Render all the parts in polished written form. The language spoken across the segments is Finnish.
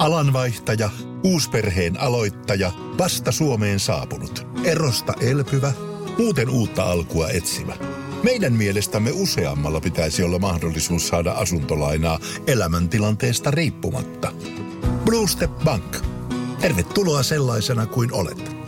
Alanvaihtaja, uusperheen aloittaja, vasta Suomeen saapunut, erosta elpyvä, muuten uutta alkua etsimä. Meidän mielestämme useammalla pitäisi olla mahdollisuus saada asuntolainaa elämäntilanteesta riippumatta. Blue Step Bank. Tervetuloa sellaisena kuin olet.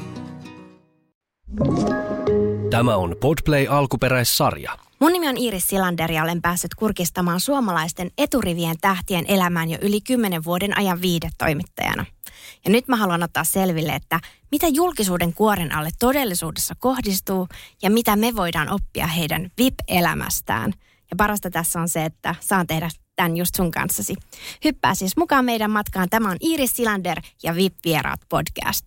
Tämä on Podplay-alkuperäissarja. Mun nimi on Iiris Silander ja olen päässyt kurkistamaan suomalaisten eturivien tähtien elämään jo yli 10 vuoden ajan viihdetoimittajana. Ja nyt mä haluan ottaa selville, että mitä julkisuuden kuoren alle todellisuudessa kohdistuu ja mitä me voidaan oppia heidän VIP-elämästään. Ja parasta tässä on se, että saan tehdä tämän just sun kanssasi. Hyppää siis mukaan meidän matkaan. Tämä on Iiris Silander ja VIP-vieraat podcast.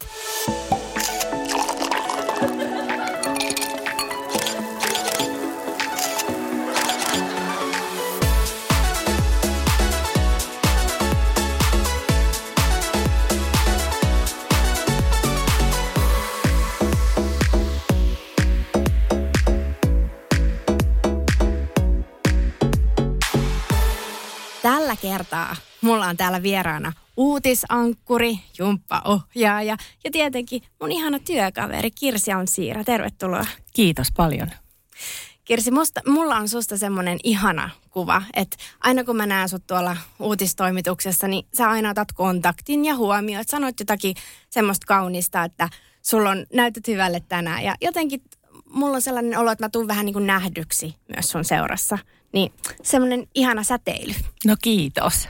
Tällä kertaa mulla on täällä vieraana uutisankkuri, jumppaohjaaja ja tietenkin mun ihana työkaveri Kirsi Ansiira. Tervetuloa. Kiitos paljon. Kirsi, mulla on susta semmoinen ihana kuva, että aina kun mä näen sut tuolla uutistoimituksessa, niin sä aina otat kontaktin ja huomioit. Sanoit jotakin semmoista kaunista, että näytät hyvälle tänään ja jotenkin mulla on sellainen olo, että mä tuun vähän niin kuin nähdyksi myös sun seurassa. Niin semmoinen ihana säteily. No kiitos.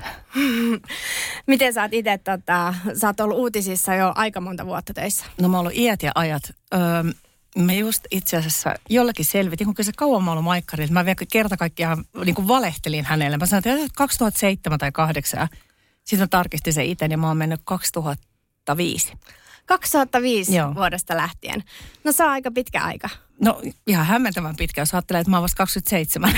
Miten sä oot itse, sä oot ollut uutisissa jo aika monta vuotta töissä? No mä oon ollut iät ja ajat. Mä just itse asiassa jollakin selvitin, kun se kauan mä oon ollut maikkari, että mä vielä kerta kaikkiaan niin kuin valehtelin hänelle. Mä sanoin, että 2007 tai 2008. Sitten mä tarkistin sen itse, ja mä oon mennyt 2005. 2005 Joo. Vuodesta lähtien. No se on aika pitkä aika. No ihan hämmentävän pitkä, jos ajattelee, että mä oon vasta 27.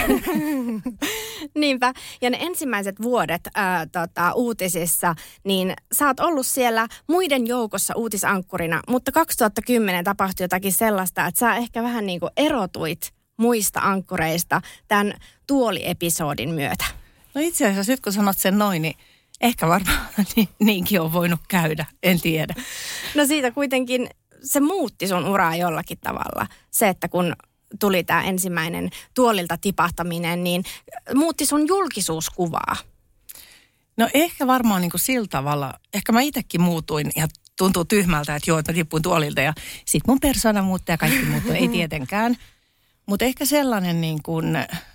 Niinpä. Ja ne ensimmäiset vuodet uutisissa, niin sä oot ollut siellä muiden joukossa uutisankkurina, mutta 2010 tapahtui jotakin sellaista, että sä ehkä vähän niin kuin erotuit muista ankkureista tämän tuoliepisodin myötä. No itse asiassa nyt kun sanot sen noin, niin ehkä varmaan niinkin on voinut käydä, en tiedä. No siitä kuitenkin se muutti sun uraa jollakin tavalla. Se, että kun tuli tämä ensimmäinen tuolilta tipahtaminen, niin muutti sun julkisuuskuvaa. No ehkä varmaan niin kuin sillä tavalla. Ehkä mä itsekin muutuin ja tuntuu tyhmältä, että joo, että mä tippuin tuolilta ja sit mun persona muuttui ja kaikki muuttui. Ei tietenkään. Mutta ehkä sellainen niin kuin,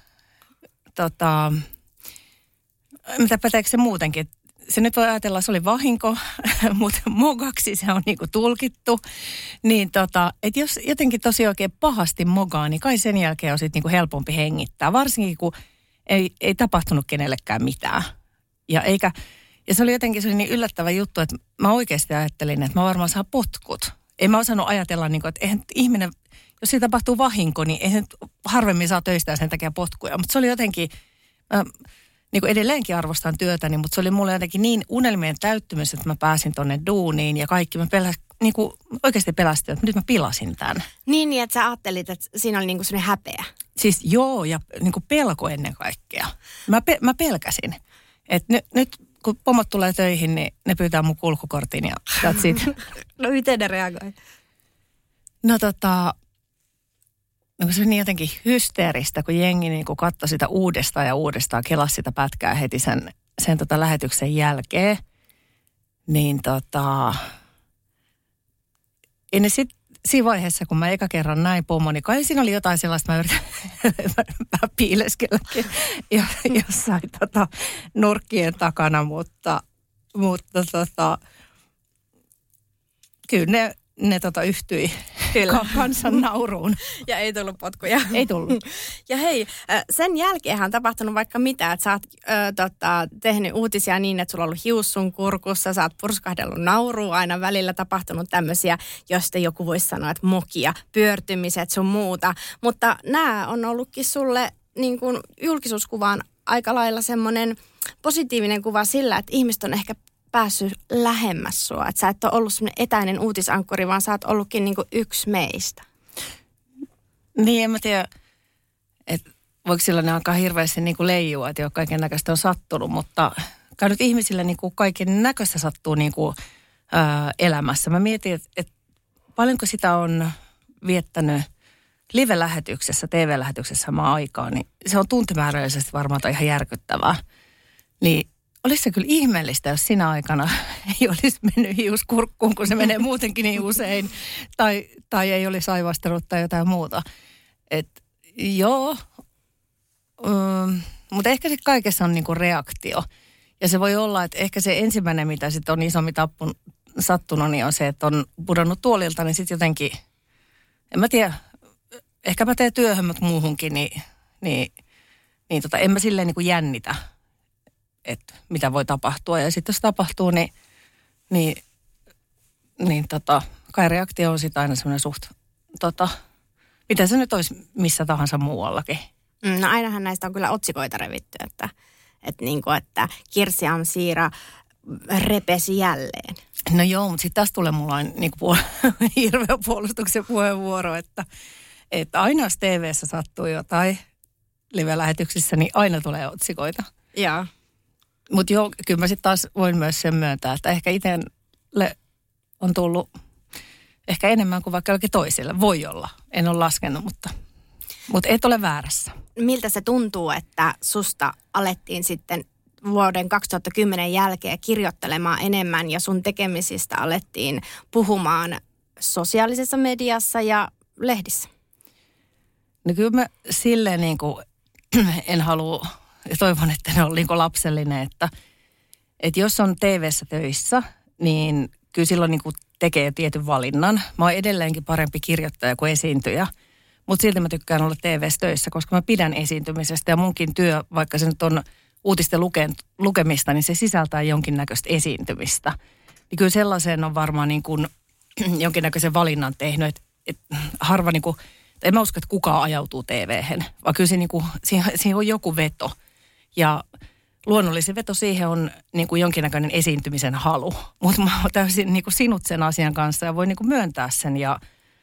mitä päteekö se muutenkin, että se nyt voi ajatella, se oli vahinko, mutta mogaksi se on niinku tulkittu. Niin että jos jotenkin tosi oikein pahasti mogaa, niin kai sen jälkeen on sitten niinku helpompi hengittää. Varsinkin kun ei tapahtunut kenellekään mitään. Ja se oli jotenkin se oli niin yllättävä juttu, että mä oikeasti ajattelin, että mä varmaan saan potkut. En mä osannut ajatella, niinku, että eihän ihminen, jos siitä tapahtuu vahinko, niin eihän harvemmin saa töistä sen takia potkuja. Mutta se oli jotenkin niin kuin edelleenkin arvostan työtäni, mutta se oli mulle jotenkin niin unelmien täyttymys, että mä pääsin tonne duuniin ja kaikki. Mä niin kuin oikeasti pelästyin, että nyt mä pilasin tämän. Niin, että sä ajattelit, että siinä oli niin kuin sellainen häpeä. Siis joo, ja niin kuin pelko ennen kaikkea. Mä pelkäsin. Että nyt kun pomot tulee töihin, niin ne pyytää mun kulkukortin ja that's it. No miten ne reagoi? No se on niin jotenkin hysteeristä, kun jengi niin katsoi sitä uudestaan ja uudestaan, kelasi sitä pätkää heti sen lähetyksen jälkeen. Niin ja ne sitten siinä vaiheessa, kun mä eka kerran näin pomoni, kai siinä oli jotain sellaista, mä yritin vähän piileskelläkin jossain nurkkien takana, mutta kyllä ne yhtyi kansan nauruun. Ja ei tullut potkuja. Ei tullut. Ja hei, sen jälkeen on tapahtunut vaikka mitä, että sä oot tehnyt uutisia niin, että sulla on ollut hius sun kurkussa, sä oot purskahdellut nauruun, aina välillä tapahtunut tämmöisiä, josta joku voisi sanoa, että mokia, pyörtymiset sun muuta. Mutta nämä on ollutkin sulle niin kuin julkisuuskuvaan aika lailla semmoinen positiivinen kuva sillä, että ihmiset on ehkä päässyt lähemmäs sua. Että sä et ole ollut semmoinen etäinen uutisankkuri, vaan sä oot ollutkin niinku yksi meistä. Niin, en mä tiedä, että voiko silloin alkaa hirveästi niinku leijua, että jo kaiken näköistä on sattunut, mutta käynyt ihmisille niin kuin kaiken näköistä sattuu niin kuin, elämässä. Mä mietin, että paljonko sitä on viettänyt live-lähetyksessä, TV-lähetyksessä samaan aikaan, niin se on tuntimääräisesti varmaan ihan järkyttävää. Niin olisi se kyllä ihmeellistä, jos sinä aikana ei olisi mennyt hiuskurkkuun, kun se menee muutenkin niin usein, tai ei olisi aivastanut tai jotain muuta. Et joo, mutta ehkä se kaikessa on niinku reaktio. Ja se voi olla, että ehkä se ensimmäinen, mitä sitten on isommin sattunut, niin on se, että on pudonnut tuolilta, niin sitten jotenkin, en mä tiedä, ehkä mä teen työhön, mutta muuhunkin, niin en mä silleen niin kuin jännitä, että mitä voi tapahtua. Ja sitten jos tapahtuu, niin kai reaktio on sitten aina semmoinen suht, mitä se nyt olisi missä tahansa muuallakin. No ainahan näistä on kyllä otsikoita revitty, että Kirsi Amsiira repesi jälleen. No joo, mutta sitten tässä tulee mulla niin hirveä puolustuksen puheenvuoro, että aina jos TV:ssä sattuu jotain live-lähetyksissä, niin aina tulee otsikoita. Joo. Mutta joo, kyllä mä sitten taas voin myös sen myöntää, että ehkä itselle on tullut ehkä enemmän kuin vaikka jollekin toiselle. Voi olla. En ole laskenut, mutta et ole väärässä. Miltä se tuntuu, että susta alettiin sitten vuoden 2010 jälkeen kirjoittelemaan enemmän ja sun tekemisistä alettiin puhumaan sosiaalisessa mediassa ja lehdissä? No kyllä mä silleen niin kuin en halua, ja toivon, että ne on niin kuin lapsellinen, että jos on TV:ssä töissä, niin kyllä silloin niin kuin tekee tietyn valinnan. Mä oon edelleenkin parempi kirjoittaja kuin esiintyjä, mutta silti mä tykkään olla TV:ssä töissä, koska mä pidän esiintymisestä ja munkin työ, vaikka se nyt on uutisten lukemista, niin se sisältää jonkinnäköistä esiintymistä. Niin kyllä sellaiseen on varmaan niin kuin jonkinnäköisen valinnan tehnyt, että harva niin kuin, en mä usko, että kukaan ajautuu TV:hen, vaan kyllä siihen on joku veto. Ja luonnollisin veto siihen on niin kuin jonkinnäköinen esiintymisen halu. Mutta mä oon täysin niin kuin sinut sen asian kanssa ja voin niin kuin myöntää sen. Ja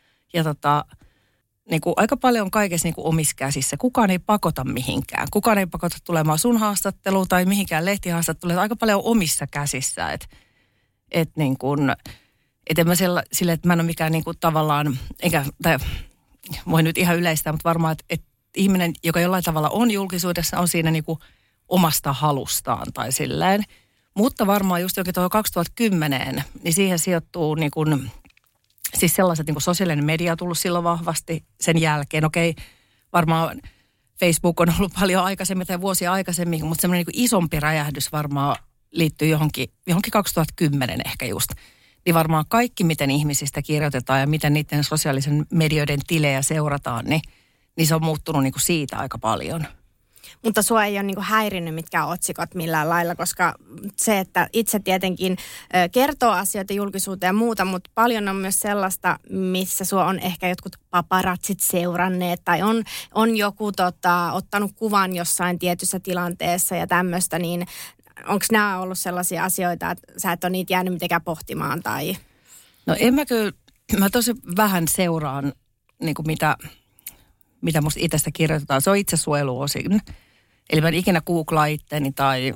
niin kuin aika paljon kaikessa niin kuin omissa käsissä. Kukaan ei pakota mihinkään. Kukaan ei pakota tulemaan sun haastatteluun tai mihinkään lehtihaastatteluun. Aika paljon omissa käsissä. Että niin kuin, en mä sille, että mä en ole mikään niin kuin tavallaan, tai voi nyt ihan yleistää, mutta varmaan, että ihminen, joka jollain tavalla on julkisuudessa, on siinä niin kuin omasta halustaan tai silleen. Mutta varmaan just jokin tuo 2010, niin siihen sijoittuu niin kuin, siis sellaiset niin kuin sosiaalinen media on tullut silloin vahvasti sen jälkeen. Okei, varmaan Facebook on ollut paljon aikaisemmin tai vuosia aikaisemmin, mutta semmoinen niin kuin isompi räjähdys varmaan liittyy johonkin 2010 ehkä just. Niin varmaan kaikki, miten ihmisistä kirjoitetaan ja miten niiden sosiaalisen medioiden tilejä seurataan, niin se on muuttunut niin kuin siitä aika paljon. Mutta sua ei ole niin kuin häirinnyt mitkään otsikot millään lailla, koska se, että itse tietenkin kertoo asioita julkisuuteen ja muuta, mutta paljon on myös sellaista, missä sua on ehkä jotkut paparazzit seuranneet tai on joku ottanut kuvan jossain tietyssä tilanteessa ja tämmöistä, niin onko nämä ollut sellaisia asioita, että sä et ole niitä jäänyt mitenkään pohtimaan tai? No en mä kyllä, mä tosi vähän seuraan niin kuin mitä musta itsestä kirjoitetaan. Se on itsesuojeluosin. Eli mä en ikinä googlaa itteni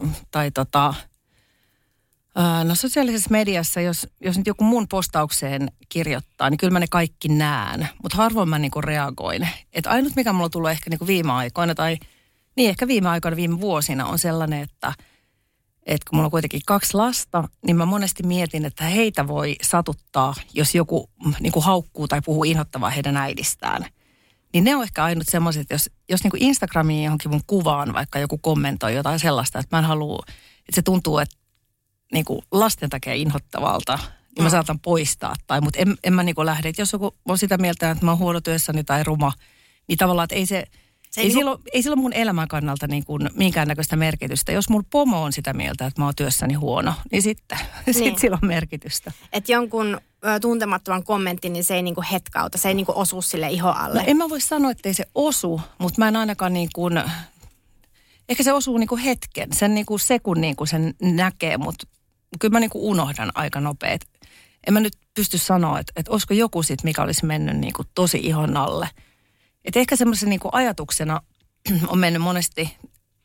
no sosiaalisessa mediassa, jos nyt joku mun postaukseen kirjoittaa, niin kyllä mä ne kaikki näen. Mutta harvoin mä niinku reagoin. Että ainut mikä mulla on tullut ehkä niinku viime aikoina viime vuosina on sellainen, että kun mulla on kuitenkin 2 lasta, niin mä monesti mietin, että heitä voi satuttaa, jos joku niinku haukkuu tai puhuu inhottavaa heidän äidistään. Niin ne on ehkä ainut semmoiset, että jos niin kuin Instagramiin johonkin mun kuvaan vaikka joku kommentoi jotain sellaista, että mä en halua, että se tuntuu, että niin kuin lasten takia inhottavalta, niin mä saatan poistaa. Mutta en mä niin kuin lähde, että jos joku on sitä mieltä, että mä oon huonotyössäni tai ruma, niin tavallaan, että ei sillä ole mun elämän kannalta niin kuin minkäännäköistä merkitystä. Jos mun pomo on sitä mieltä, että mä oon työssäni huono, niin sitten sillä on merkitystä. Että jonkun tuntemattoman kommentin, niin se ei niinku hetkauta, se ei niinku osu sille iho alle. No en mä voi sanoa, että ei se osu, mutta mä en ainakaan niin kuin, ehkä se osuu niinku hetken, sen niinku sekunnin kun sen näkee, mutta kyllä mä niinku unohdan aika nopeet. En mä nyt pysty sanoa, että olisiko joku sit, mikä olisi mennyt niinku tosi ihon alle. Että ehkä semmoisen niinku ajatuksena on mennyt monesti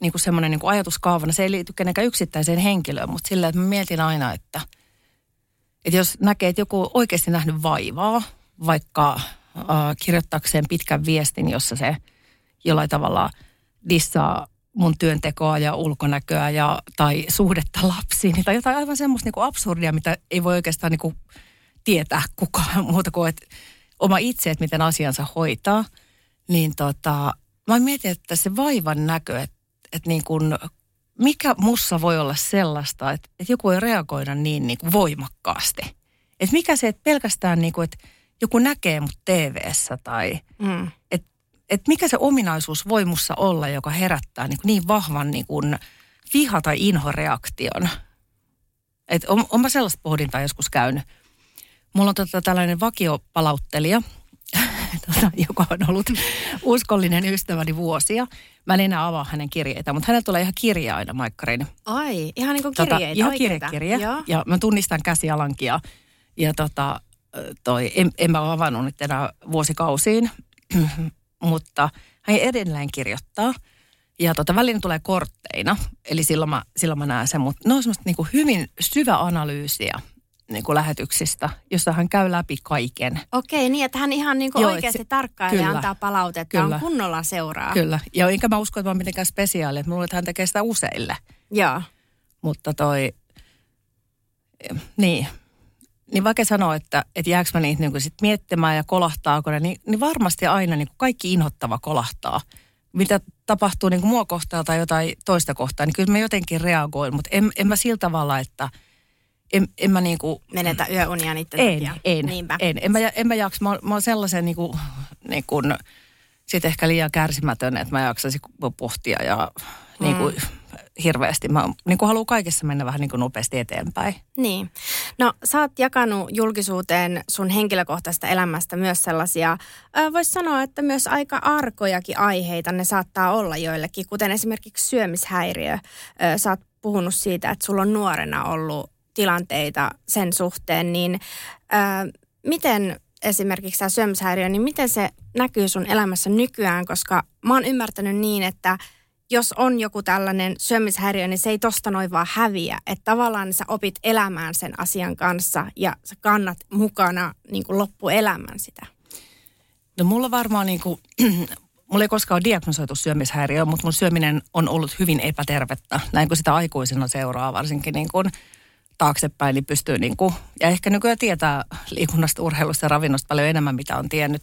niin kuin semmoinen niin kuin ajatuskaavana. Se ei liity kenenkään yksittäiseen henkilöön, mutta sillä, että mä mietin aina, että jos näkee, että joku on oikeasti nähnyt vaivaa, vaikka kirjoittaakseen pitkän viestin, jossa se jollain tavalla dissaa mun työntekoa ja ulkonäköä tai suhdetta lapsiin, tai jotain aivan semmoista niin kuin absurdia, mitä ei voi oikeastaan niin kuin tietää kukaan muuta kuin että oma itse, että miten asiansa hoitaa, niin mä mietin, että se vaivan näkö, että niin kuin, mikä mussa voi olla sellaista, että joku ei reagoida niin kuin voimakkaasti. Että mikä se, että pelkästään niin kuin, että joku näkee mut TV:ssä tai että mikä se ominaisuus voi mussa olla, joka herättää niin vahvan niin kuin viha- tai inhoreaktion. Että on mä sellaista pohdintaa joskus käynyt. Mulla on tällainen vakiopalauttelija, joka on ollut uskollinen ystäväni vuosia. Mä en enää avaa hänen kirjeitä, mutta hänellä tulee ihan kirja aina maikkariin. Ai, ihan niin kuin kirjeitä ihan oikeita. kirja. Ja mä tunnistan käsialankia. Ja en mä ole avannut nyt enää vuosikausiin, mutta hän edelleen kirjoittaa. Ja välillä tulee kortteina, eli silloin mä näen sen, mutta ne on semmoista niin kuin hyvin syvä analyysiä niin kuin lähetyksistä, jossa hän käy läpi kaiken. Okei, niin että hän ihan niin kuin oikeasti tarkkailee ja antaa palautetta, on kunnolla seuraa. Kyllä, ja enkä mä usko, että mä oon mitenkään spesiaali, että mä luulen, että hän tekee sitä useille. Joo. Mutta niin vaikea sanoa, että jääkö mä niitä niin sit miettimään ja kolahtaako ne, niin varmasti aina niin kaikki inhottava kolahtaa. Mitä tapahtuu niin mua kohtaan tai jotain toista kohtaan, niin kyllä mä jotenkin reagoin, mutta en mä sillä tavalla, että en mä niinku... Menetä yöunia niiden takia. En mä jaksa. Mä oon sellaisen niin kuin sit ehkä liian kärsimätön, että mä jaksaisin pohtia ja niin kuin hirveästi. Mä niin kuin haluan kaikessa mennä vähän niin kuin nopeasti eteenpäin. Niin. No sä oot jakanut julkisuuteen sun henkilökohtaisesta elämästä myös sellaisia, voisi sanoa, että myös aika arkojakin aiheita ne saattaa olla joillekin, kuten esimerkiksi syömishäiriö. Sä oot puhunut siitä, että sulla on nuorena ollut tilanteita sen suhteen, niin miten esimerkiksi tämä syömishäiriö, niin miten se näkyy sun elämässä nykyään, koska mä oon ymmärtänyt niin, että jos on joku tällainen syömishäiriö, niin se ei tosta noin vaan häviä. Että tavallaan sä opit elämään sen asian kanssa ja sä kannat mukana niin kuin loppuelämän sitä. No mulla varmaan niin kuin, mulla ei koskaan ole diagnosoitu syömishäiriö, mutta mun syöminen on ollut hyvin epätervettä. Näin kun sitä aikuisena seuraa varsinkin niin kuin taaksepäin, niin pystyy niin kuin, ja ehkä nykyään tietää liikunnasta, urheilusta ja ravinnosta paljon enemmän, mitä on tiennyt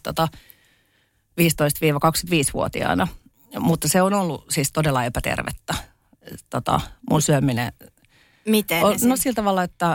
15-25-vuotiaana. Mutta se on ollut siis todella epätervettä, mun syöminen. Miten? No sillä tavalla, että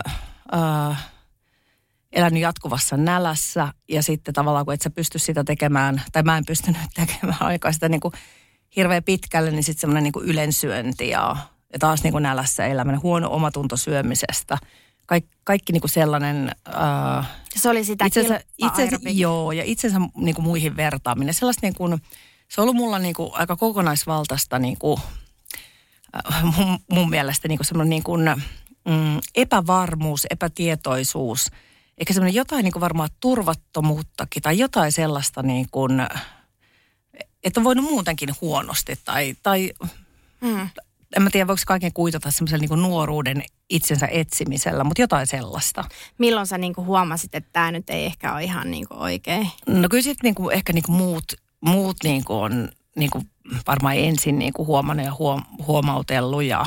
elänyt jatkuvassa nälässä ja sitten tavallaan, kun et sä pysty sitä tekemään, tai mä en pystynyt tekemään aikaa sitä niin kuin hirveän pitkälle, niin sitten semmoinen niin kuin ylensyönti ja taas niin kuin nälässä eläminen, huono omatunto syömisestä. Kaikki niin kuin sellainen... se oli sitä kilppa-aerobik. Joo, ja itsensä niin kuin muihin vertaaminen. Sellaista niin kuin, se on ollut mulla niin kuin aika kokonaisvaltaista niin kuin, mun mielestä niin kuin semmoinen niin kuin, epävarmuus, epätietoisuus. Eikä semmoinen jotain niin kuin varmaan turvattomuuttakin tai jotain sellaista niin kuin, että on voinut muutenkin huonosti tai en mä tiedä, voiko kaiken kuitata semmoisella niin kuin nuoruuden itsensä etsimisellä, mutta jotain sellaista. Milloin sä niin kuin huomasit, että tämä nyt ei ehkä ole ihan niin kuin oikein? No kyllä sitten niin kuin, ehkä niin kuin muut niin kuin on niin kuin varmaan ensin niin kuin huomannut ja huomautellut ja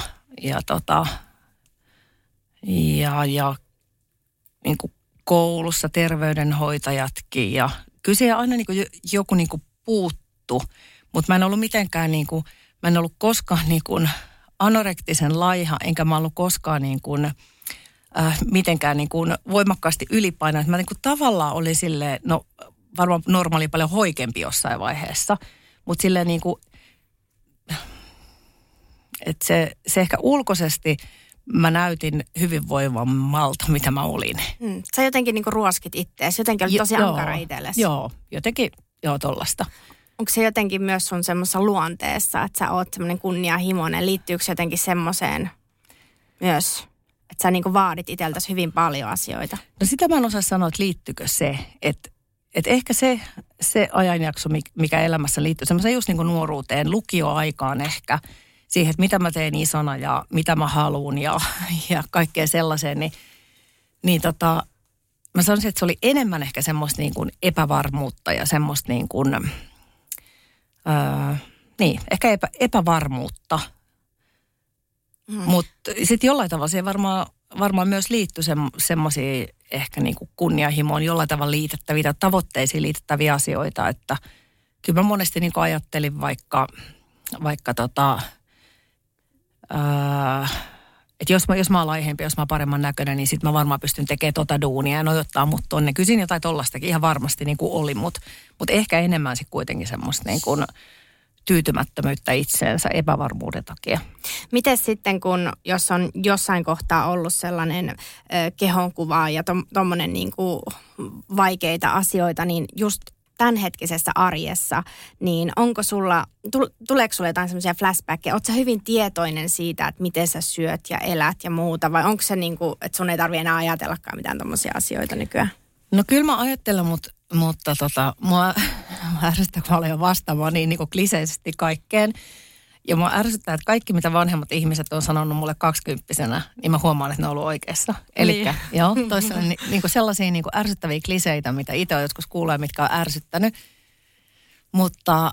niin kuin koulussa terveydenhoitajatkin ja kyllä siellä aina niin kuin joku niin kuin puuttu, mutta mä en ollut mitenkään niin kuin, mä en ollut koskaan niin kuin anorektisen laiha, enkä mä ollut koskaan niin kuin, mitenkään niin kuin voimakkaasti ylipainoinen. Mä niin kuin tavallaan olin silleen, no varmaan normaali paljon hoikempi jossain vaiheessa, mutta silleen niin kuin, että se ehkä ulkoisesti mä näytin hyvinvoivammalta, mitä mä olin. Sä jotenkin niin kuin ruoskit itteesi, jotenkin oli tosi ankara itsellesi. Joo, jotenkin tollasta. Onko se jotenkin myös sun semmoisessa luonteessa, että sä oot semmoinen kunnianhimoinen? Liittyykö se jotenkin semmoiseen myös, että sä niinku vaadit itseltäsi hyvin paljon asioita? No sitä mä en osaa sanoa, että liittyykö se. Että ehkä se ajanjakso, mikä elämässä liittyy semmoiseen just niin kuin nuoruuteen, lukioaikaan ehkä, siihen, että mitä mä teen isona ja mitä mä haluun ja kaikkea sellaiseen, niin mä sanoisin, että se oli enemmän ehkä semmoista niin kuin epävarmuutta ja semmoista niin kuin, ehkä epävarmuutta. Mutta sitten jollain tavalla siihen varmaan myös liittyi semmoisia ehkä niin kuin kunnianhimoon jollain tavalla liitettäviä, tavoitteisiin liitettäviä asioita, että kyllä mä monesti niin kuin ajattelin vaikka että jos mä oon laihempi, jos mä oon paremman näköinen, niin sit mä varmaan pystyn tekemään duunia ja nojottaa mut tonne. Kysin jotain tollastakin ihan varmasti niin kuin oli, mutta ehkä enemmän sit kuitenkin semmoista niin kuin tyytymättömyyttä itseensä epävarmuuden takia. Miten sitten, jos on jossain kohtaa ollut sellainen kehonkuva ja tommonen niin kuin vaikeita asioita, niin just tämänhetkisessä arjessa, niin onko tuleeko sulla jotain semmoisia flashbackkejä? Ootko sä hyvin tietoinen siitä, että miten sä syöt ja elät ja muuta, vai onko se niin kuin, että sun ei tarvitse enää ajatellakaan mitään tommoisia asioita nykyään? No kyllä mä ajattelen, mutta mua ärsyttää, kun mä olen jo vastaamaan niin kuin kliseisesti kaikkeen. Ja mua ärsyttää, että kaikki mitä vanhemmat ihmiset on sanonut mulle 20-vuotiaana, niin mä huomaan, että ne on ollut oikeassa. Elikkä joo, toisaalta niin kuin sellaisia niin kuin ärsyttäviä kliseitä, mitä itse on joskus kuullut ja mitkä on ärsyttänyt. Mutta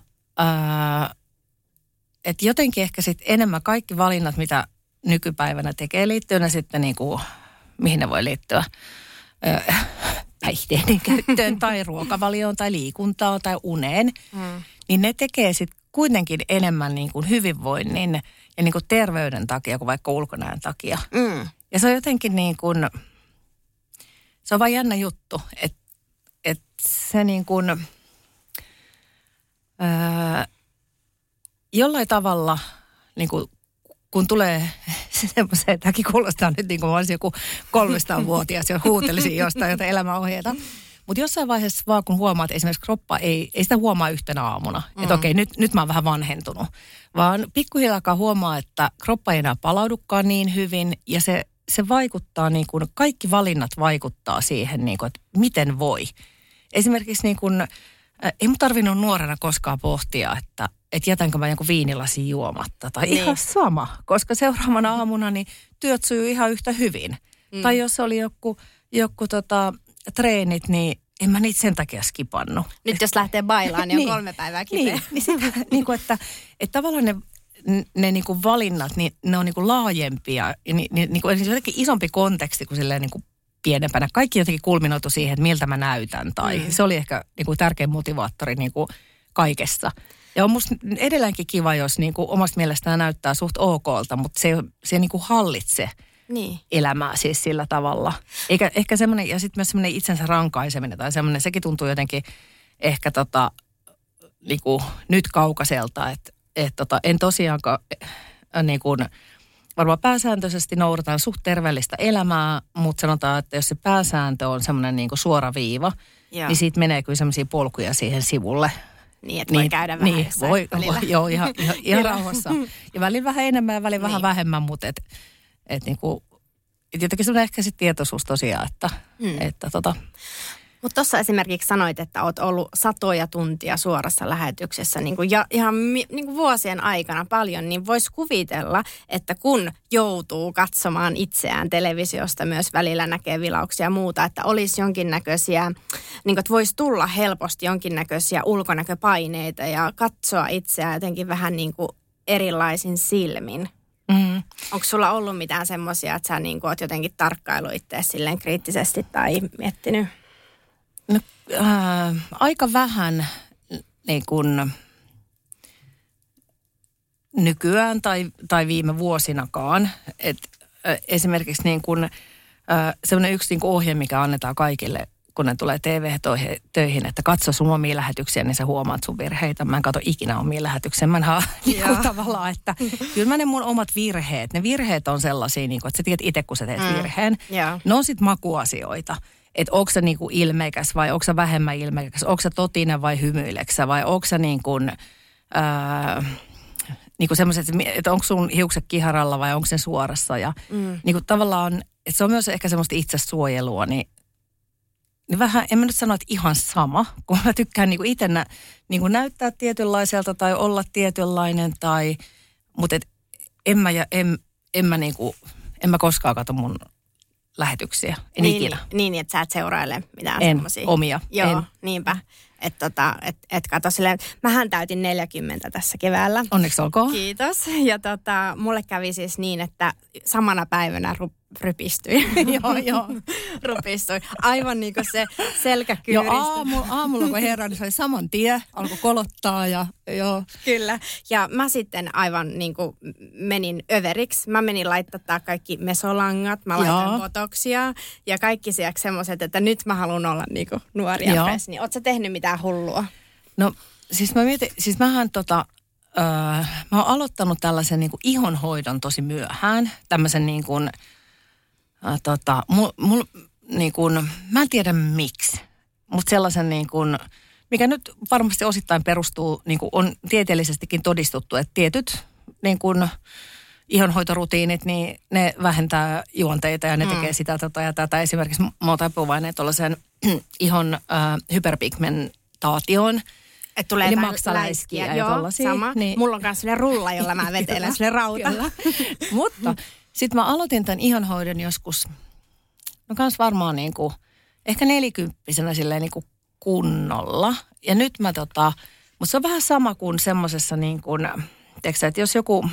että jotenkin ehkä sitten enemmän kaikki valinnat, mitä nykypäivänä tekee, liittyy ne sitten niin kuin, mihin ne voi liittyä. Päihteiden käyttöön tai ruokavalioon tai liikuntaan tai uneen, niin ne tekee sitten kuitenkin enemmän niin kuin hyvinvoinnin ja niin kuin terveyden takia kuin vaikka ulkonäön takia. Ja se on jotenkin niin kuin, se on vaan jännä juttu, että se niin kuin, jollain tavalla niin kuin, kun tulee semmoiseen, tämäkin kuulostaa nyt niin kuin mä olisin joku 300-vuotias ja huutelisin jostain jotain elämäohjeita. Mutta jossain vaiheessa vaan kun huomaa, että esimerkiksi kroppa ei sitä huomaa yhtenä aamuna. Että okei, nyt mä oon vähän vanhentunut. Vaan pikkuhiljaa huomaa, että kroppa ei enää palaudukaan niin hyvin. Ja se vaikuttaa niin kuin, kaikki valinnat vaikuttaa siihen, niin kuin, että miten voi. Esimerkiksi niin kuin, ei mun tarvinnut nuorena koskaan pohtia, että jätänkö mä jonkun viinilasin juomatta. Tai ihan sama, koska seuraavana aamuna niin työt sujuu ihan yhtä hyvin. Tai jos oli joku treenit, niin en mä niitä sen takia skipannut. Nyt jos lähtee bailaan, niin on 3 päivää kipeä. Niin kuin, että tavallaan ne niin kuin valinnat, niin ne on niin kuin laajempia. Ja niin kuin jotenkin isompi konteksti kuin silleen niin kuin pienempänä. Kaikki jotenkin kulminoitu siihen, että miltä mä näytän. Tai se oli ehkä niin kuin tärkein motivaattori niin kuin kaikessa. Ja on musta edelleenkin kiva, jos niin kuin omasta mielestään näyttää suht okolta, mutta se ei niin kuin hallitse elämää siis sillä tavalla. Eikä ehkä semmoinen, ja sitten myös semmoinen itsensä rankaiseminen tai semmoinen, sekin tuntuu jotenkin ehkä niin kuin nyt kaukaiselta, että en tosiaankaan niin kuin, varmaan pääsääntöisesti noudatan suht terveellistä elämää, mutta sanotaan, että jos se pääsääntö on semmoinen niin kuin suora viiva, niin siitä menee kyllä semmoisia polkuja siihen sivulle. Niin, että voi käydä vähän jossain välillä. Joo, ihan rauhassa. Ja välillä vähän enemmän ja välillä vähän vähemmän, mutta niinku, jotenkin semmoinen ehkä sitten tietoisuus tosiaan, että Mutta tuossa esimerkiksi sanoit, että olet ollut satoja tuntia suorassa lähetyksessä niin kuin ihan niin kuin vuosien aikana paljon, niin voisi kuvitella, että kun joutuu katsomaan itseään televisiosta, myös välillä näkee vilauksia ja muuta, että olisi jonkinnäköisiä, niin kuin, että voisi tulla helposti jonkinnäköisiä ulkonäköpaineita ja katsoa itseään jotenkin vähän niin kuin erilaisin silmin. Onko sulla ollut mitään semmoisia, että sä niin kuin oot jotenkin tarkkailu itseäsi silleen kriittisesti tai miettinyt? No, aika vähän niin kuin nykyään tai viime vuosinakaan. Esimerkiksi niin kuin, sellainen yksi niin kuin ohje, mikä annetaan kaikille, kun ne tulee TV-töihin, että katso sun omia lähetyksiä, niin sä huomaat sun virheitä. Mä en katso ikinä omia lähetyksiä. Mä en niin tavallaan, että kyllä mä ne mun omat virheet, ne virheet on sellaisia, niin kuin, että sä tiedät itse, kun sä teet virheen. Ne on sit makuasioita. Että onko sä niinku ilmeikäs vai onko sä vähemmän ilmeikäs, onko sä totinen vai hymyileksä vai onko sä niinku semmoiset, että onko sun hiukset kiharalla vai onko se suorassa. Ja niinku tavallaan, että se on myös ehkä semmoista itsesuojelua, niin vähän, en mä nyt sano, että ihan sama, kun mä tykkään niinku itse niinku näyttää tietynlaiselta tai olla tietynlainen mutta en mä koskaan katso mun lähetyksiä. En ikinä. Niin, että sä et seuraile mitään en, semmosia. omia. Joo, en. Niinpä. Että et kato silleen, mähän täytin 40 tässä keväällä. Onneksi olkoon. Kiitos. Ja mulle kävi siis niin, että samana päivänä rypistyi. Joo. Rupistui. Aivan niin kuin se selkä Joo, kyyristyi. aamulla kun herran, niin se oli saman tie, alkoi kolottaa ja joo. Kyllä. Ja mä sitten aivan niin kuin menin överiksi. Mä menin laittaa kaikki mesolangat, mä laitan botoksia ja kaikki sieltä semmoiset, että nyt mä haluan olla niin kuin nuori ja fresh. Niin oot sä tehnyt mitään hullua? No siis mä mietin, siis mähän mä oon aloittanut tällaisen niin kuin ihonhoidon tosi myöhään. Tämmöisen niin kuin, niin kuin, mä en tiedä miksi, mutta sellaisen niin kuin, mikä nyt varmasti osittain perustuu, niin kuin on tieteellisestikin todistettu, että tietyt niin kuin ihonhoitorutiinit, niin ne vähentää juonteita ja ne tekee sitä ja tätä. Esimerkiksi mä oon taipuvainen tuollaiseen ihon hyperpigmentaatioon. Että tulee eli jotain maksaläiskiä ja tollaisia. Sama. Niin. Mulla on myös sellainen rulla, jolla mä vetelen sellainen rauta. Mutta sitten mä aloitin tämän ihonhoidon joskus, no kans varmaan niinku, ehkä 40-vuotiaana silleen niinku kunnolla. Ja nyt mä mutta se on vähän sama kuin semmosessa niin kuin, tiedätkö, että jos joku,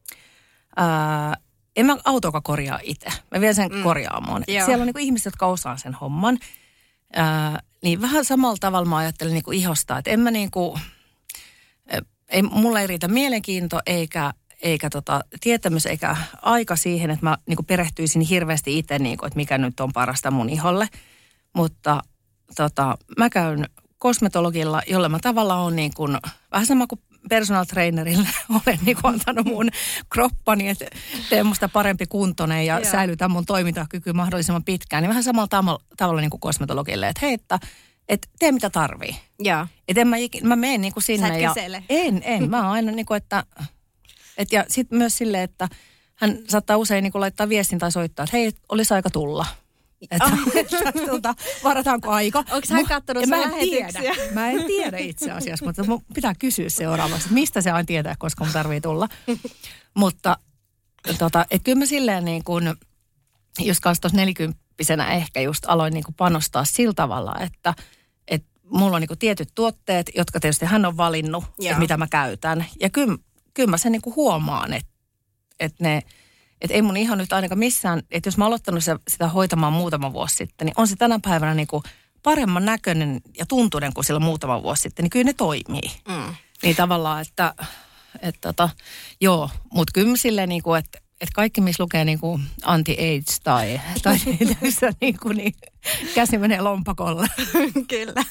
en mä autoka korjaa itse. Mä vien sen korjaamoon. Siellä on niinku ihmiset, jotka osaa sen homman. Niin vähän samalla tavalla mä ajattelen niinku ihosta, että en mä niinku, mulla ei riitä mielenkiinto eikä tietämys eikä aika siihen, että mä niinku perehtyisin hirveästi itse, niinku, että mikä nyt on parasta mun iholle. Mutta mä käyn kosmetologilla, jolle mä tavallaan on niin kuin, vähän sama kuin personal trainerille olen niin kuin antanut mun kroppani, että teen musta parempi kuntoinen ja säilytän mun toimintakyky mahdollisimman pitkään. Niin vähän samalla tavalla niin kuin kosmetologille, että hei, että tee mitä tarvii. Joo. Että mä menen niin kuin sinne. Sä et kysele. En. Mä oon aina niin kuin, että ja sitten myös silleen, että hän saattaa usein niin kuin laittaa viestin tai soittaa, että hei, olisi aika tulla. Että varataanko aika? Onko hän kattonut sun lähetyksiä? Mä en tiedä itse asiassa, mutta mun pitää kysyä seuraavaksi, että mistä se aina tietää, koska mun tarvii tulla. Mutta että kyllä mä silleen niin kuin, just kanssa tuossa 40-vuotiaana ehkä just aloin niin kuin panostaa sillä tavalla, että mulla on niin kuin tietyt tuotteet, jotka tietysti hän on valinnut, että mitä mä käytän. Ja kyllä mä sen niin kuin huomaan, että ei mun ihan nyt ainakaan missään, että jos mä oon aloittanut sitä hoitamaan muutama vuosi sitten, niin on se tänä päivänä niin kuin paremman näköinen ja tuntuinen kuin silloin muutama vuosi sitten, niin kyllä ne toimii. Niin tavallaan, joo, mutta kyllä silleen niin kuin, että kaikki missä lukee niin kuin anti-AIDS tai niin käsi menee lompakolle. Kyllä.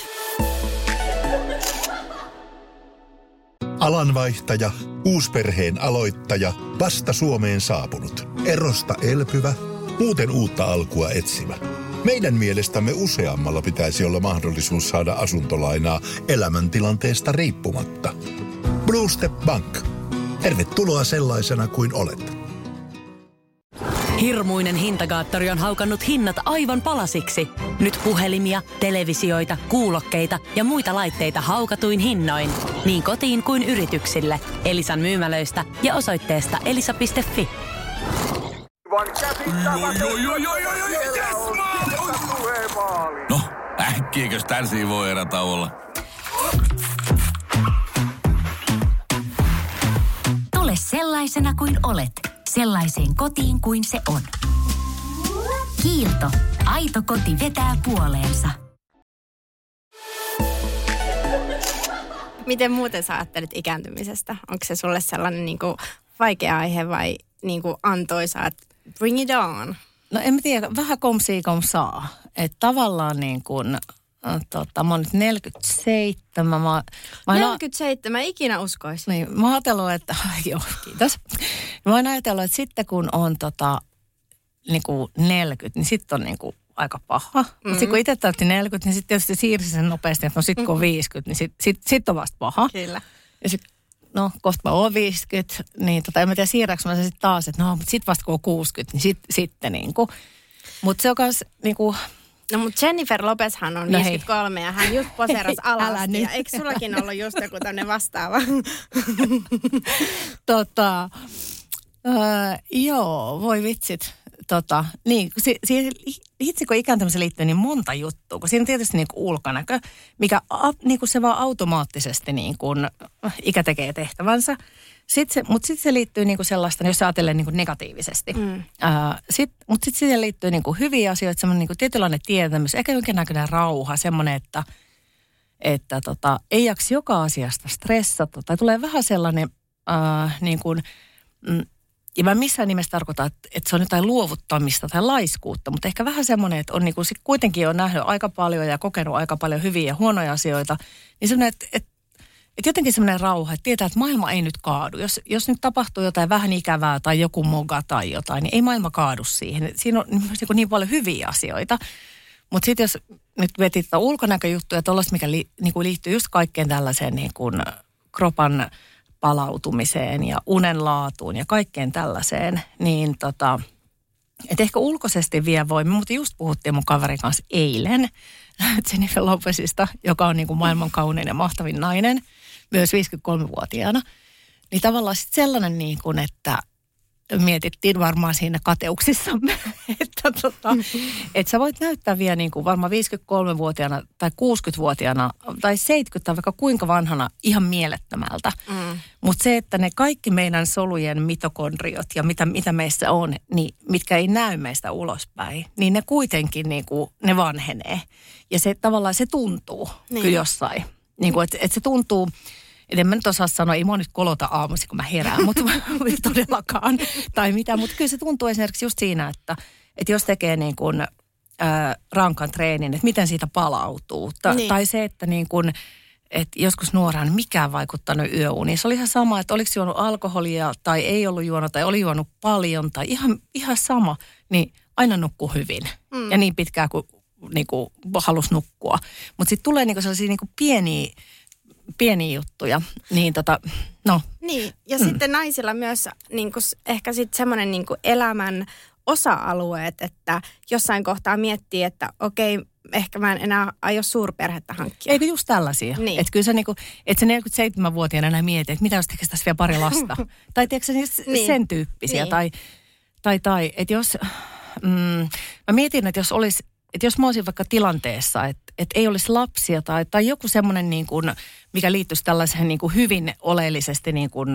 Alanvaihtaja, uusperheen aloittaja, vasta Suomeen saapunut, erosta elpyvä, muuten uutta alkua etsimä. Meidän mielestämme useammalla pitäisi olla mahdollisuus saada asuntolainaa elämäntilanteesta riippumatta. Blue Step Bank. Tervetuloa sellaisena kuin olet. Hirmuinen hintakaattori on haukannut hinnat aivan palasiksi. Nyt puhelimia, televisioita, kuulokkeita ja muita laitteita haukatuin hinnoin. Niin kotiin kuin yrityksille. Elisan myymälöistä ja osoitteesta elisa.fi. No, äkkiäkös tän voi erätauolla? Tule sellaisena kuin olet. Sellaiseen kotiin kuin se on. Kiilto. Aito koti vetää puoleensa. Miten muuten sä ajattelet ikääntymisestä? Onko se sulle sellainen niin kuin vaikea aihe vai niin kuin antoisa, että bring it on? No en mä tiedä, vähän komsaa. Että tavallaan niin kuin, mä oon nyt 47. 47, ikinä uskois. Niin, mä oon ajatellut, että, joo, kiitos. Mä oon ajatellut, että sitten kun on niin kuin 40, niin sitten on niin kuin aika paha. Mutta sitten kun itse täytti 40, niin sitten tietysti siirsi sen nopeasti, että no sitten kun on 50, niin sit on vasta paha. Kyllä. Ja sitten, no kohta mä oon 50, niin en mä tiedä siirräkö mä se sitten taas, että no, mutta sitten vasta kun on 60, niin sitten niin kuin. Mutta se on myös niin kuin. No mutta Jennifer Lopezhan on 53 ja hän just poseerasi alasti. Ja eikö sullakin ollut just joku tämmöinen vastaava? Joo, voi vitsit. Niin, hitsi kun ikääntymiseen liittyy niin monta juttua, kun siinä on tietysti niin kuin ulkonäkö, mikä niin kuin se vaan automaattisesti niin kuin ikä tekee tehtävänsä. Mutta sitten se liittyy niin kuin sellaista, jos ajattelee niin kuin negatiivisesti. Mutta sitten siihen liittyy niin kuin hyviä asioita, semmoinen niin kuin tietynlainen tietämys, ehkä jonkinnäköinen rauha, semmoinen, että ei jaksa joka asiasta stressata. Tai tulee vähän sellainen niin kuin... Ja mä missään nimessä tarkoitan, että se on jotain luovuttamista tai laiskuutta, mutta ehkä vähän semmoinen, että on niin kuin kuitenkin on nähnyt aika paljon ja kokenut aika paljon hyviä ja huonoja asioita. Niin semmoinen, että jotenkin semmoinen rauha, että tietää, että maailma ei nyt kaadu. Jos nyt tapahtuu jotain vähän ikävää tai joku moga tai jotain, niin ei maailma kaadu siihen. Siinä on niin paljon hyviä asioita. Mutta sitten jos nyt mietit ulkonäköjuttuja, tuollaista, mikä niinku liittyy just kaikkeen tällaiseen niin kuin kropan palautumiseen ja unen laatuun ja kaikkeen tällaiseen, niin että ehkä ulkoisesti vielä voimme, mutta just puhuttiin mun kaverin kanssa eilen Jennifer Lopezista, joka on niin kuin maailman kaunein ja mahtavin nainen, myös 53-vuotiaana, niin tavallaan sitten sellainen niin kuin, että mietittiin varmaan siinä kateuksissamme, että sä voit näyttää vielä niin kuin varmaan 53-vuotiaana tai 60-vuotiaana tai 70 tai vaikka kuinka vanhana ihan mielettömältä. Mutta se, että ne kaikki meidän solujen mitokondriot ja mitä meissä on, niin mitkä ei näy meistä ulospäin, niin ne kuitenkin niin kuin, ne vanhenee. Ja se tavallaan se tuntuu kyllä jossain. Niin kuin, että se tuntuu... Et en mä nyt osaa sanoa, ei mua nyt kolota aamuisin, kun mä herään, mutta todellakaan. Tai mitä, mutta kyllä se tuntuu esimerkiksi just siinä, että jos tekee niin kuin rankan treenin, että miten siitä palautuu. Tai se, että niin kuin, että joskus nuoraan mikään vaikuttanut yöuniin. Se oli ihan sama, että oliko juonut alkoholia tai ei ollut juonut tai oli juonut paljon tai ihan sama, niin aina nukkuu hyvin. Ja niin pitkään kuin niinku halusi nukkua. Mutta sitten tulee niinku sellaisia niinku pieniä juttuja, niin no. Niin, ja sitten naisilla myös niinku, ehkä sitten semmoinen niinku elämän osa-alueet, että jossain kohtaa miettii, että okei, ehkä mä en enää aio suurperhettä hankkia. Eikö just tällaisia? Niin. Että kyllä sä niinku, että se 47-vuotiaana enää mieti, että mitä jos tekisi tässä vielä pari lasta. Tai tiedätkö sen tyyppisiä. Niin. Tai että jos, mä mietin, että jos mä olisin vaikka tilanteessa, että ei olisi lapsia tai joku semmoinen niin kuin, mikä liittyisi tällaiseen niin kuin hyvin oleellisesti niin kuin,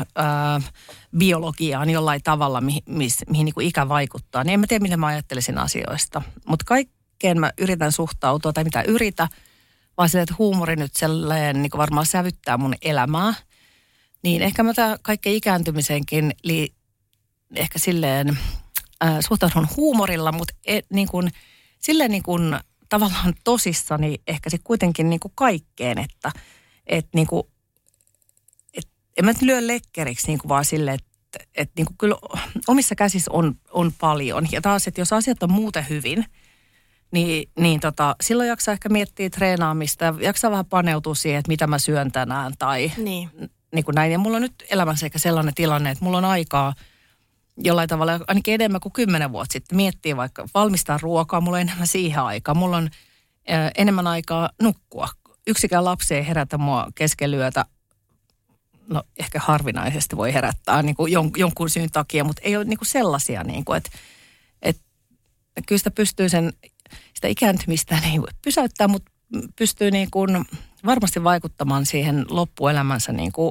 biologiaan jollain tavalla, mihin niin kuin ikä vaikuttaa, niin en mä tiedä, miten mä ajattelisin asioista. Mutta kaikkeen mä yritän suhtautua, tai mitä yritä, vaan sille, että huumori nyt sellainen niin kuin varmaan sävyttää mun elämää. Niin ehkä mä tämän kaikkeen ikääntymiseenkin ehkä silleen suhtaudun huumorilla, mutta niin kuin silleen niin kuin tavallaan tosissani ehkä se kuitenkin niin kuin kaikkeen, että niin kuin, en mä nyt lyö lekkeriksi niin kuin vaan silleen, että niin kuin kyllä omissa käsissä on paljon. Ja taas, että jos asiat on muuten hyvin, niin silloin jaksaa ehkä miettiä treenaamista ja jaksaa vähän paneutua siihen, että mitä mä syön tänään tai niin kuin näin. Ja mulla on nyt elämässä ehkä sellainen tilanne, että mulla on aikaa jollain tavalla ainakin enemmän kuin 10 vuotta sitten miettii vaikka valmistaa ruokaa, mulla on enemmän siihen aikaa. Mulla on enemmän aikaa nukkua. Yksikään lapsi ei herätä mua keskellä yötä. No ehkä harvinaisesti voi herättää niin kuin jonkun syyn takia, mutta ei ole niin kuin sellaisia, niin kuin, että kyllä sitä pystyy sitä ikääntymistä ei voi pysäyttää, mutta pystyy niin kuin varmasti vaikuttamaan siihen loppuelämänsä niin kuin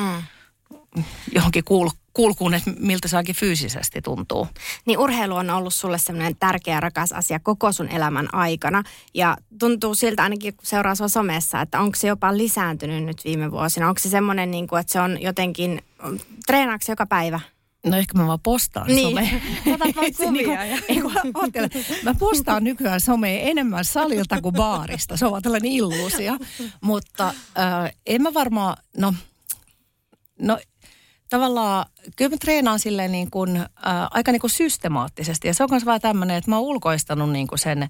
johonkin kulkuun, että miltä se ainakin fyysisesti tuntuu. Niin urheilu on ollut sulle semmoinen tärkeä, rakas asia koko sun elämän aikana. Ja tuntuu siltä ainakin, kun seuraa sua somessa, että onko se jopa lisääntynyt nyt viime vuosina? Onko se semmoinen, niin kuin, että se on jotenkin, treenaako joka päivä? No ehkä mä vaan postaan someen. Otat vaan kuvia. Mä postaan nykyään someen enemmän salilta kuin baarista. Se on vaan tällainen illuusio. Mutta en mä varmaan, no tavallaan, kyllä mä treenaan silleen niin kuin, aika niin kuin systemaattisesti. Ja se on myös vähän tämmöinen, että mä oon ulkoistanut niin kuin sen,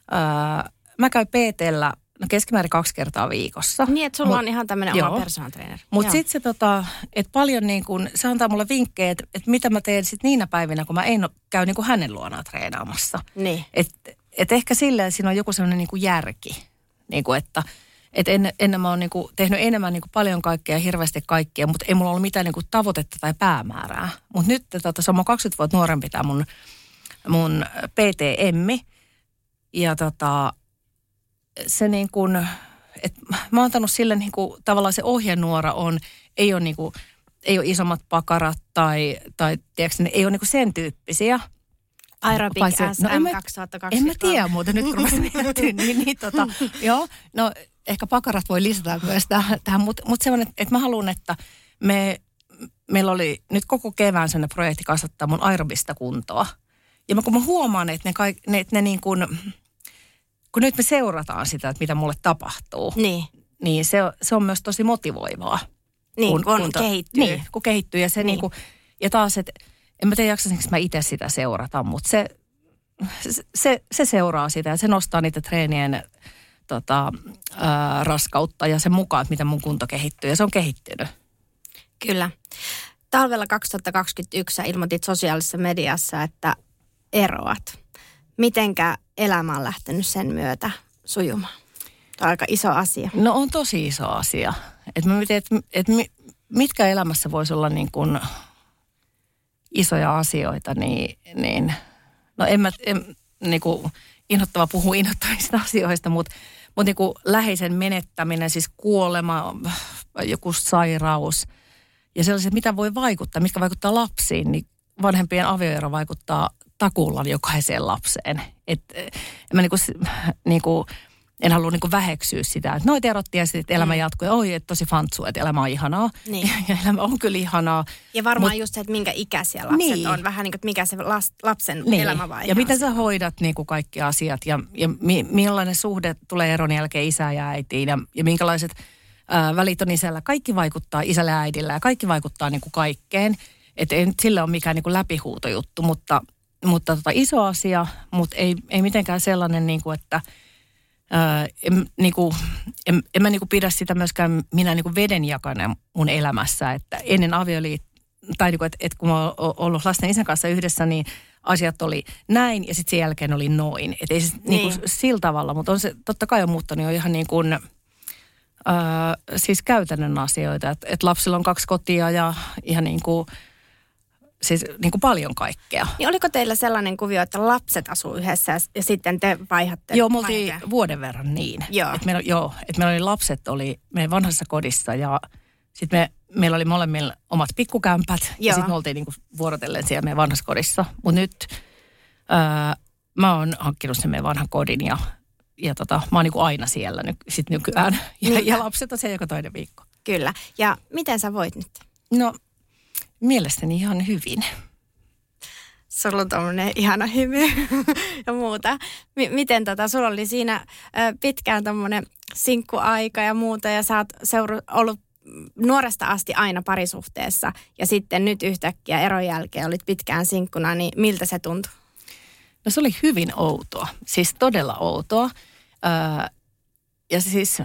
mä käyn PT:llä keskimäärin 2 kertaa viikossa. Niin, että sulla on ihan tämmöinen oma personal trainer. Mutta sitten se, että paljon niin kuin, se antaa mulle vinkkejä, että mitä mä teen sitten niinä päivinä, kun mä en käy niin kuin hänen luonaan treenaamassa. Niin. Että ehkä silleen siinä on joku sellainen niin kuin järki, niin kuin, että Että ennen mä oon niinku tehnyt enemmän niinku paljon kaikkea ja hirveästi kaikkea, mutta ei mulla ollut mitään niinku tavoitetta tai päämäärää. Mutta nyt se on 20 vuotta nuorempi tämä mun PT-emmi. Ja se niin kuin, että mä oon antanut sille niin kuin, tavallaan se ohjenuora ei ole isommat pakarat tai tiedätkö, ne ei ole niin kuin sen tyyppisiä. Aerobic SM 2020. En mä tiedä muuten, nyt kun mä miettin, joo, no ehkä pakarat voi lisätä myös tähän, mutta semmoinen, että mä haluan, että meillä oli nyt koko kevään sellainen projekti kasvattaa mun aerobista kuntoa. Ja kun mä huomaan, että ne niin kuin, kun nyt me seurataan sitä, että mitä mulle tapahtuu, niin se on myös tosi motivoivaa. Niin, kun kehittyy. Niin, kun kehittyy. Ja, se niin kuin, ja taas, että en mä tiedä jaksasinko mä itse sitä seurata, mutta se seuraa sitä ja se nostaa niitä treenien raskautta ja sen mukaan, että miten mun kunto kehittyy. Ja se on kehittynyt. Kyllä. Talvella 2021 ilmoitit sosiaalisessa mediassa, että eroat. Mitenkä elämä on lähtenyt sen myötä sujumaan? Tämä on aika iso asia. No on tosi iso asia. Että mä mietin, että mitkä elämässä voisi olla niin kuin isoja asioita, niin no en niin kuin inhottava puhua inhottavista asioista, mutta niin kuin läheisen menettäminen, siis kuolema, joku sairaus ja sellaiset, mitä voi vaikuttaa, mitkä vaikuttaa lapsiin, niin vanhempien avioero vaikuttaa takuulla jokaiseen lapseen. Mä en halua väheksyä sitä, että noita erottiin ja sitten elämä jatkuu. Oi, että tosi fantsua, että elämä on ihanaa. Niin. Ja elämä on kyllä ihanaa. Ja varmaan just se, että minkä ikäisiä lapset on. Vähän niin kuin, että mikä se lapsen elämävaihe. Ja miten sä hoidat niin kuin kaikki asiat ja millainen suhde tulee eron jälkeen isään ja äitiin ja minkälaiset välit on isällä. Kaikki vaikuttaa isällä ja äidillä ja kaikki vaikuttaa niin kuin kaikkeen. Että ei nyt sillä ole mikään niin kuin läpihuutojuttu, mutta iso asia, mutta ei mitenkään sellainen, niin kuin, että en mä pidä sitä myöskään minä vedenjakana mun elämässä, että ennen avioliittoa, tai että kun mä oon ollut lasten isän kanssa yhdessä, niin asiat oli näin ja sitten sen jälkeen oli noin. Että ei se sillä tavalla, mutta on se totta kai on muuttanut jo ihan niin kuin, siis käytännön asioita, että lapsilla on 2 kotia ja ihan niin kuin, siis niin kuin paljon kaikkea. Niin oliko teillä sellainen kuvio, että lapset asuu yhdessä ja sitten te vaihatte? Joo, me oltiin vuoden verran niin. Joo. Että meillä oli lapset meidän vanhassa kodissa ja sitten meillä oli molemmilla omat pikkukämpät. Joo. Ja sitten me oltiin niin kuin vuorotellen siellä meidän vanhassa kodissa. Mutta nyt mä oon hankkinut sen meidän vanhan kodin ja mä oon niin kuin aina siellä nykyään. Ja lapset on siellä joka toinen viikko. Kyllä. Ja miten sä voit nyt? No mielestäni ihan hyvin. Sulla on tommoinen ihana hymy ja muuta. Miten sulla oli siinä pitkään tommoinen sinkkuaika ja muuta ja sä oot ollut nuoresta asti aina parisuhteessa ja sitten nyt yhtäkkiä eron jälkeen olit pitkään sinkkuna, niin miltä se tuntui? No se oli hyvin outoa, siis todella outoa. Ja siis,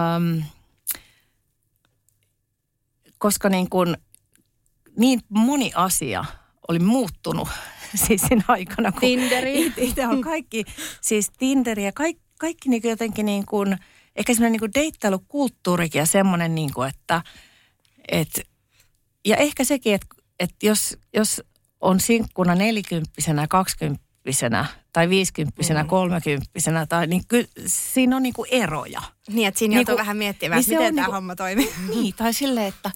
koska niin moni asia oli muuttunut siis siinä aikana. Kun Tinderi. Itse on kaikki, siis Tinderi ja kaikki niin jotenkin niin kuin, ehkä semmoinen niin deittailukulttuurikin ja semmoinen niin kuin, että ja ehkä sekin, että jos on sinkkuna 40-vuotiaana, 20-vuotiaana tai 50-vuotiaana, 30-vuotiaana, tai niin kyllä siinä on niin kuin eroja. Niin, että siinä joutuu vähän miettimään, niin miten tämä homma toimii. Niin, tai silleen, että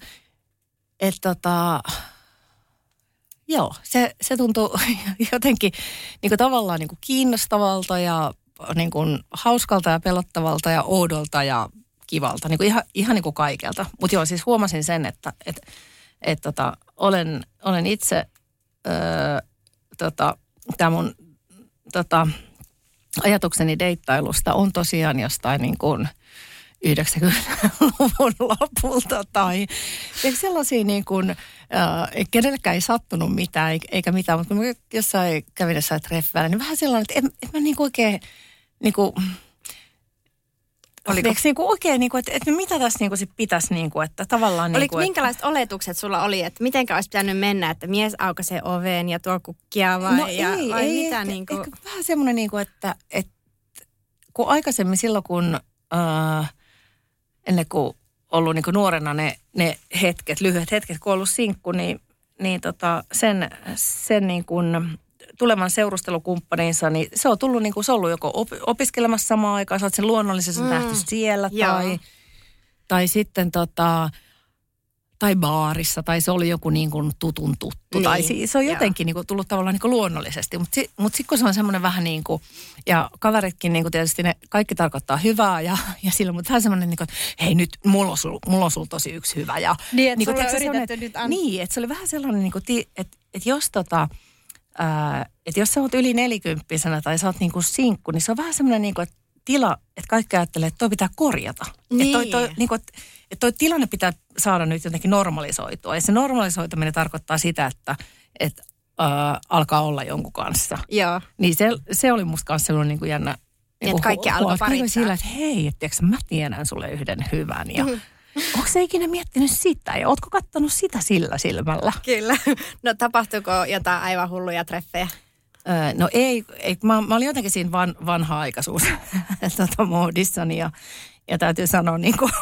joo, se tuntuu jotenkin niin kuin tavallaan niin kuin kiinnostavalta ja niin kuin hauskalta ja pelottavalta ja oudolta ja kivalta, niin kuin ihan niin kuin kaikelta. Mutta joo, siis huomasin sen, että olen itse, tämä mun ajatukseni deittailusta on tosiaan jostain niin kuin 90-luvun lopulta tai sellaisia niin kuin, kenellekään ei sattunut mitään eikä mitään, mutta kun mä jossain kävin jossain treffeillä, niin vähän sellainen, että en mä niin kuin oikein niin kuin, oikein, niin kuin, että mitä tässä niin kuin sit pitäisi, niin kuin, että tavallaan... Oliko minkälaiset oletukset sulla oli, että mitenkä olisi pitänyt mennä, että mies aukaisee oveen ja tuo kukkia vai, no vai ei, mitä? Ehkä, niin kuin... ehkä vähän semmoinen, niin kuin, että kun aikaisemmin silloin, kun ennen kuin ollut niin kuin nuorena ne hetket, lyhyet hetket, kun on ollut sinkku, niin sen niin kuin tulevan seurustelukumppaninsa, niin se on tullut niin kuin se on ollut joko opiskelemassa samaan aikaan, sä oot sen luonnollisesti nähty siellä, tai sitten tai baarissa, tai se oli joku niin kuin tutun tuttu. Niin, tai se on jotenkin niin kuin tullut tavallaan niin kuin luonnollisesti. Mutta sitten kun se on semmoinen vähän niin kuin, ja kaveritkin niin kuin tietysti ne kaikki tarkoittaa hyvää, ja silloin, mutta vähän semmoinen niin kuin, hei nyt, mulla on sulla tosi yksi hyvä. Ja, niin, että niin sulla on yritetty nyt niin, että se oli vähän sellainen, niin kuin, että jos että jos sä oot yli 40-vuotias tai sä oot niin kuin sinkku, niin se on vähän semmoinen niin kuin, että tila, että kaikki ajattelee, että toi pitää korjata. Niin. Että toi tilanne pitää saada nyt jotenkin normalisoitua. Ja se normalisoituminen tarkoittaa sitä, että alkaa olla jonkun kanssa. Joo. Niin se oli musta kanssa sellainen niin kuin jännä. Niin, että kaikki alkoi parittaa. Sillä, että hei, että mä tiedän sulle yhden hyvän. Ja onko sä ikinä miettinyt sitä? Ja ootko kattonut sitä sillä silmällä? Kyllä. No tapahtuiko jotain aivan hulluja treffejä? No ei mä olin jotenkin siinä vanha-aikaisuus moodissani ja täytyy sanoa niin kuin,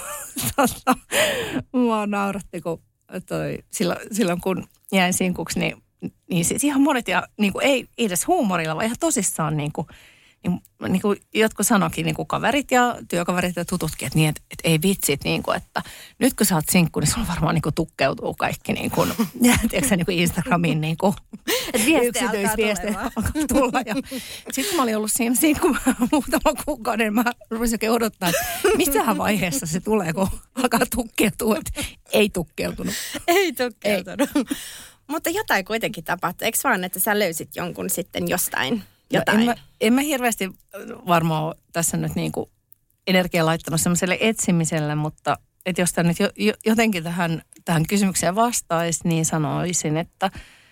mua nauratti, kun silloin kun jäin sinkuksi, niin siis ihan monet ja niin kuin, ei edes huumorilla, vaan ihan tosissaan niin kuin jotkut sanoikin niin kuin kaverit ja työkaverit ja tututkin, että ei vitsit, niin kuin, että nyt kun sä oot sinkku, niin sulla varmaan niin kuin tukkeutuu kaikki niin kuin, tiedätkö niin kuin Instagramiin niin kuin yksityisviestejä alkaa tulla. Ja sitten mä olin ollut siinä sinkku muutama kuukauden, niin mä rupesin oikein odottaa, että missähän vaiheessa se tulee, kun alkaa tukkeutua, että ei tukkeutunut. Ei tukkeutunut. Mutta jotain kuitenkin tapahtui. Eikö vaan, että sä löysit jonkun sitten jostain? Jotain. No en mä hirveästi varmaan tässä nyt niin kuin energiaa laittanut semmoiselle etsimiselle, että jos tämä nyt jotenkin tähän kysymykseen vastaisi, niin sanoisin, että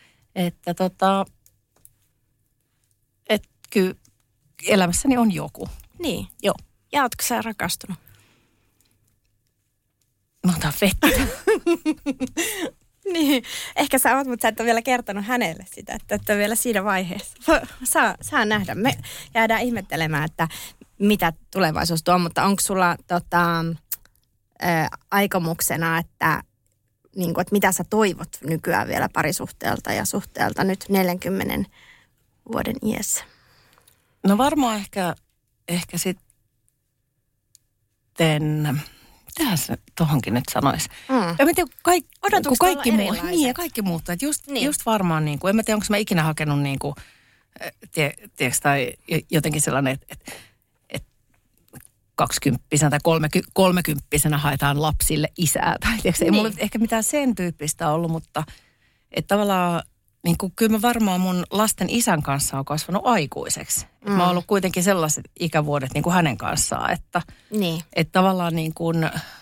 kyllä elämässäni on joku. Niin. Joo. Ja ootko sä rakastunut? Mä otan vettä. Niin, ehkä sä oot, mutta sä et ole vielä kertonut hänelle sitä, että et ole vielä siinä vaiheessa. Saa nähdä. Me jäädään ihmettelemään, että mitä tulevaisuus tuo, mutta onko sulla aikomuksena, että, niin kuin, että mitä sä toivot nykyään vielä parisuhteelta ja suhteelta nyt 40 vuoden iässä? No varmaan ehkä sitten... Mitähän se tohonkin nyt sanoisi? En mä tiedä, kaikki muuttuu. Just varmaan, niin kuin, en mä tiedä, onko mä ikinä hakenut, niin kuin, tiedätkö, tai jotenkin sellainen, että 20-vuotiaana tai 30-vuotiaana haetaan lapsille isää. Tai tiedätkö, ei mulla ehkä mitään sen tyyppistä ollut, mutta että tavallaan, niin kuin, kyllä mä varmaan mun lasten isän kanssa on kasvanut aikuiseksi. Mä oon ollut kuitenkin sellaiset ikävuodet niin kuin hänen kanssaan, että tavallaan niin kuin,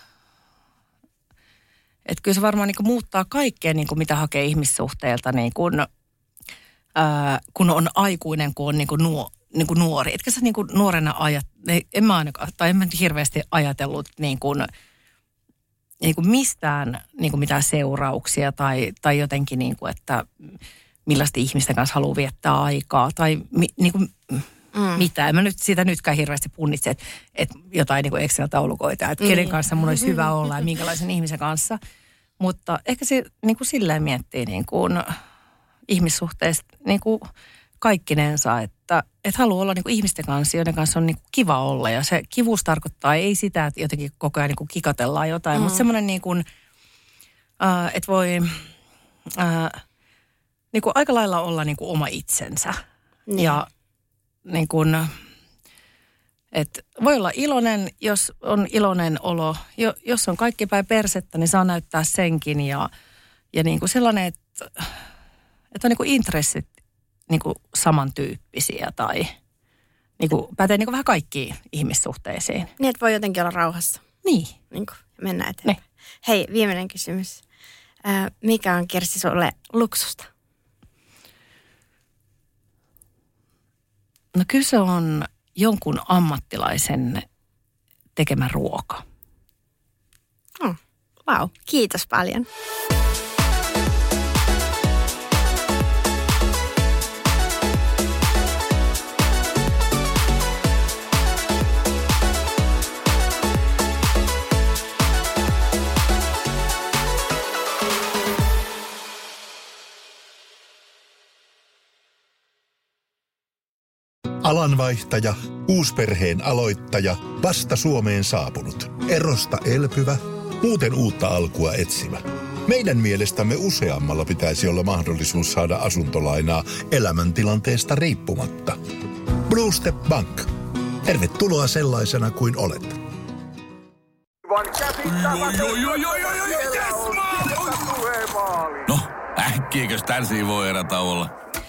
että kyllä se varmaan niin kuin muuttaa kaikkea, niin kuin mitä hakee ihmissuhteelta, niin kuin, kun on aikuinen, kun on niin kuin nuori. Etkä sä niin kuin nuorena en mä ainakaan, tai en mä hirveästi ajatellut niin kuin mistään niin kuin mitään seurauksia tai jotenkin niin kuin, että millaisten ihmisten kanssa haluaa viettää aikaa tai niin kuin mitä. En mä nyt sitä nytkään hirveästi punnitse, että jotain niin kuin Excel-taulukoita, että kenen kanssa mun olisi hyvä olla ja minkälaisen ihmisen kanssa. Mutta ehkä se niin kuin silleen miettii niin kuin ihmissuhteista niin kuin kaikkinensa, että haluaa olla niin kuin ihmisten kanssa, joiden kanssa on niin kuin kiva olla. Ja se kivuus tarkoittaa ei sitä, että jotenkin koko ajan niin kuin kikatellaan jotain, mutta semmoinen niin kuin, että voi niin kuin aika lailla olla niin kuin oma itsensä. Niin. Ja niin kuin, että voi olla iloinen, jos on iloinen olo. Jos on kaikki päin persettä, niin saa näyttää senkin. Ja niin kuin sellainen, että on niin kuin intressit niin kuin samantyyppisiä tai niin kuin pätee niin kuin vähän kaikkiin ihmissuhteisiin. Niin, että voi jotenkin olla rauhassa. Niin. Niin kuin mennään eteenpäin. Niin. Hei, viimeinen kysymys. Mikä on, Kirsi, sulle luksusta? No kyllä se on jonkun ammattilaisen tekemä ruoka. Vau, kiitos paljon. Alanvaihtaja, uusperheen aloittaja, vasta Suomeen saapunut, erosta elpyvä, muuten uutta alkua etsimä. Meidän mielestämme useammalla pitäisi olla mahdollisuus saada asuntolainaa elämäntilanteesta riippumatta. Blue Step Bank. Tervetuloa sellaisena kuin olet. No, äkkiäkös tän voi erätä olla?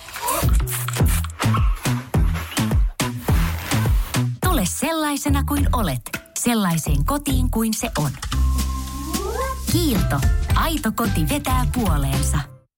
Tule sellaisena kuin olet, sellaiseen kotiin kuin se on. Kiilto. Aito koti vetää puoleensa.